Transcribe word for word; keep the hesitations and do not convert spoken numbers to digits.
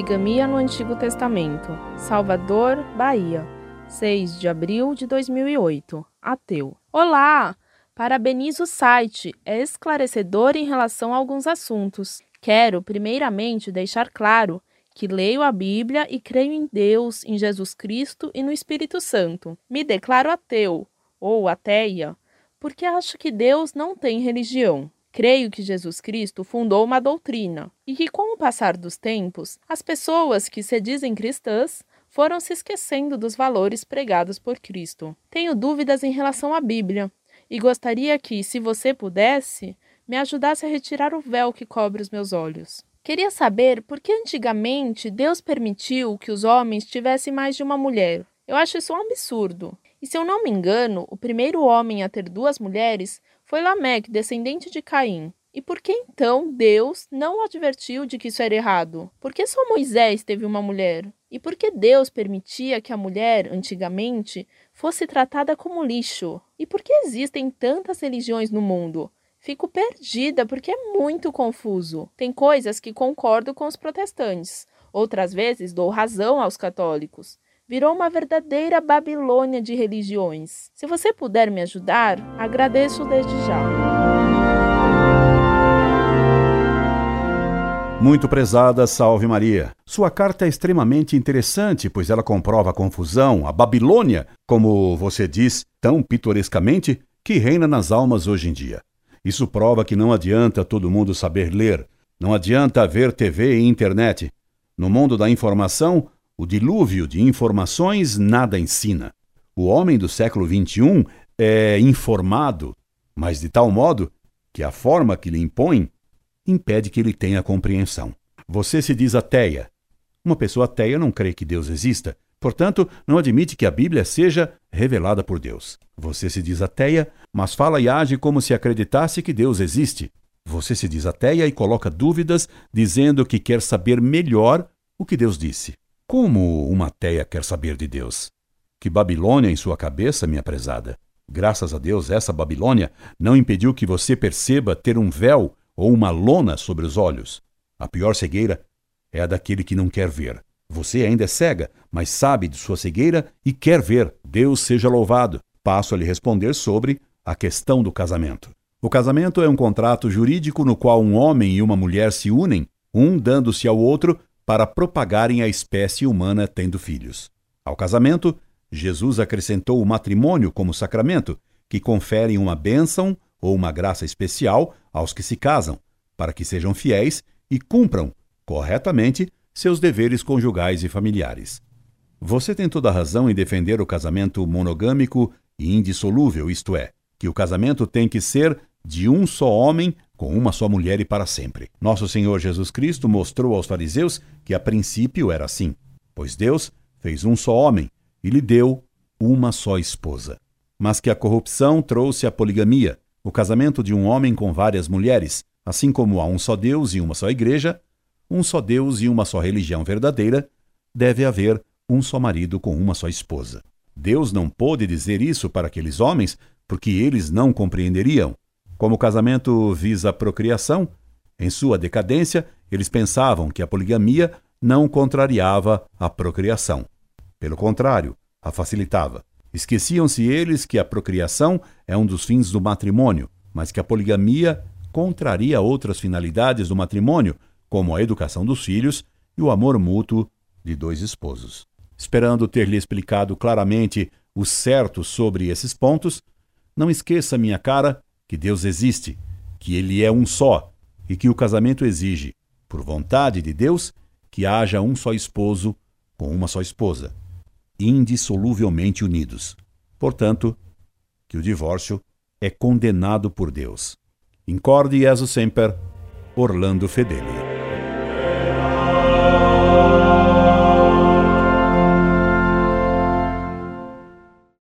Poligamia no Antigo Testamento. Salvador, Bahia. seis de abril de dois mil e oito. Ateu. Olá! Parabenizo o site. É esclarecedor em relação a alguns assuntos. Quero, primeiramente, deixar claro que leio a Bíblia e creio em Deus, em Jesus Cristo e no Espírito Santo. Me declaro ateu, ou ateia, porque acho que Deus não tem religião. Creio que Jesus Cristo fundou uma doutrina e que, com o passar dos tempos, as pessoas que se dizem cristãs foram se esquecendo dos valores pregados por Cristo. Tenho dúvidas em relação à Bíblia e gostaria que, se você pudesse, me ajudasse a retirar o véu que cobre os meus olhos. Queria saber por que antigamente Deus permitiu que os homens tivessem mais de uma mulher. Eu acho isso um absurdo. E se eu não me engano, o primeiro homem a ter duas mulheres foi Lameque, descendente de Caim. E por que então Deus não o advertiu de que isso era errado? Por que só Moisés teve uma mulher? E por que Deus permitia que a mulher, antigamente, fosse tratada como lixo? E por que existem tantas religiões no mundo? Fico perdida porque é muito confuso. Tem coisas que concordo com os protestantes, outras vezes dou razão aos católicos. Virou uma verdadeira Babilônia de religiões. Se você puder me ajudar, agradeço desde já. Muito prezada, salve Maria. Sua carta é extremamente interessante, pois ela comprova a confusão, a Babilônia, como você diz tão pitorescamente, que reina nas almas hoje em dia. Isso prova que não adianta todo mundo saber ler, não adianta ver T V e internet. No mundo da informação, o dilúvio de informações nada ensina. O homem do século vinte e um é informado, mas de tal modo que a forma que lhe impõe impede que ele tenha compreensão. Você se diz ateia. Uma pessoa ateia não crê que Deus exista, portanto, não admite que a Bíblia seja revelada por Deus. Você se diz ateia, mas fala e age como se acreditasse que Deus existe. Você se diz ateia e coloca dúvidas, dizendo que quer saber melhor o que Deus disse. Como uma ateia quer saber de Deus? Que Babilônia em sua cabeça, minha prezada. Graças a Deus, essa Babilônia não impediu que você perceba ter um véu ou uma lona sobre os olhos. A pior cegueira é a daquele que não quer ver. Você ainda é cega, mas sabe de sua cegueira e quer ver. Deus seja louvado. Passo a lhe responder sobre a questão do casamento. O casamento é um contrato jurídico no qual um homem e uma mulher se unem, um dando-se ao outro para propagarem a espécie humana tendo filhos. Ao casamento, Jesus acrescentou o matrimônio como sacramento, que confere uma bênção ou uma graça especial aos que se casam, para que sejam fiéis e cumpram corretamente seus deveres conjugais e familiares. Você tem toda a razão em defender o casamento monogâmico e indissolúvel, isto é, que o casamento tem que ser de um só homem com uma só mulher e para sempre. Nosso Senhor Jesus Cristo mostrou aos fariseus que a princípio era assim, pois Deus fez um só homem e lhe deu uma só esposa. Mas que a corrupção trouxe a poligamia, o casamento de um homem com várias mulheres, assim como há um só Deus e uma só igreja, um só Deus e uma só religião verdadeira, deve haver um só marido com uma só esposa. Deus não pôde dizer isso para aqueles homens porque eles não compreenderiam. Como o casamento visa a procriação, em sua decadência, eles pensavam que a poligamia não contrariava a procriação. Pelo contrário, a facilitava. Esqueciam-se eles que a procriação é um dos fins do matrimônio, mas que a poligamia contraria outras finalidades do matrimônio, como a educação dos filhos e o amor mútuo de dois esposos. Esperando ter lhe explicado claramente o certo sobre esses pontos, não esqueça, minha cara, que Deus existe, que Ele é um só e que o casamento exige, por vontade de Deus, que haja um só esposo com uma só esposa, indissoluvelmente unidos. Portanto, que o divórcio é condenado por Deus. Incorde Jesus Semper, Orlando Fedeli.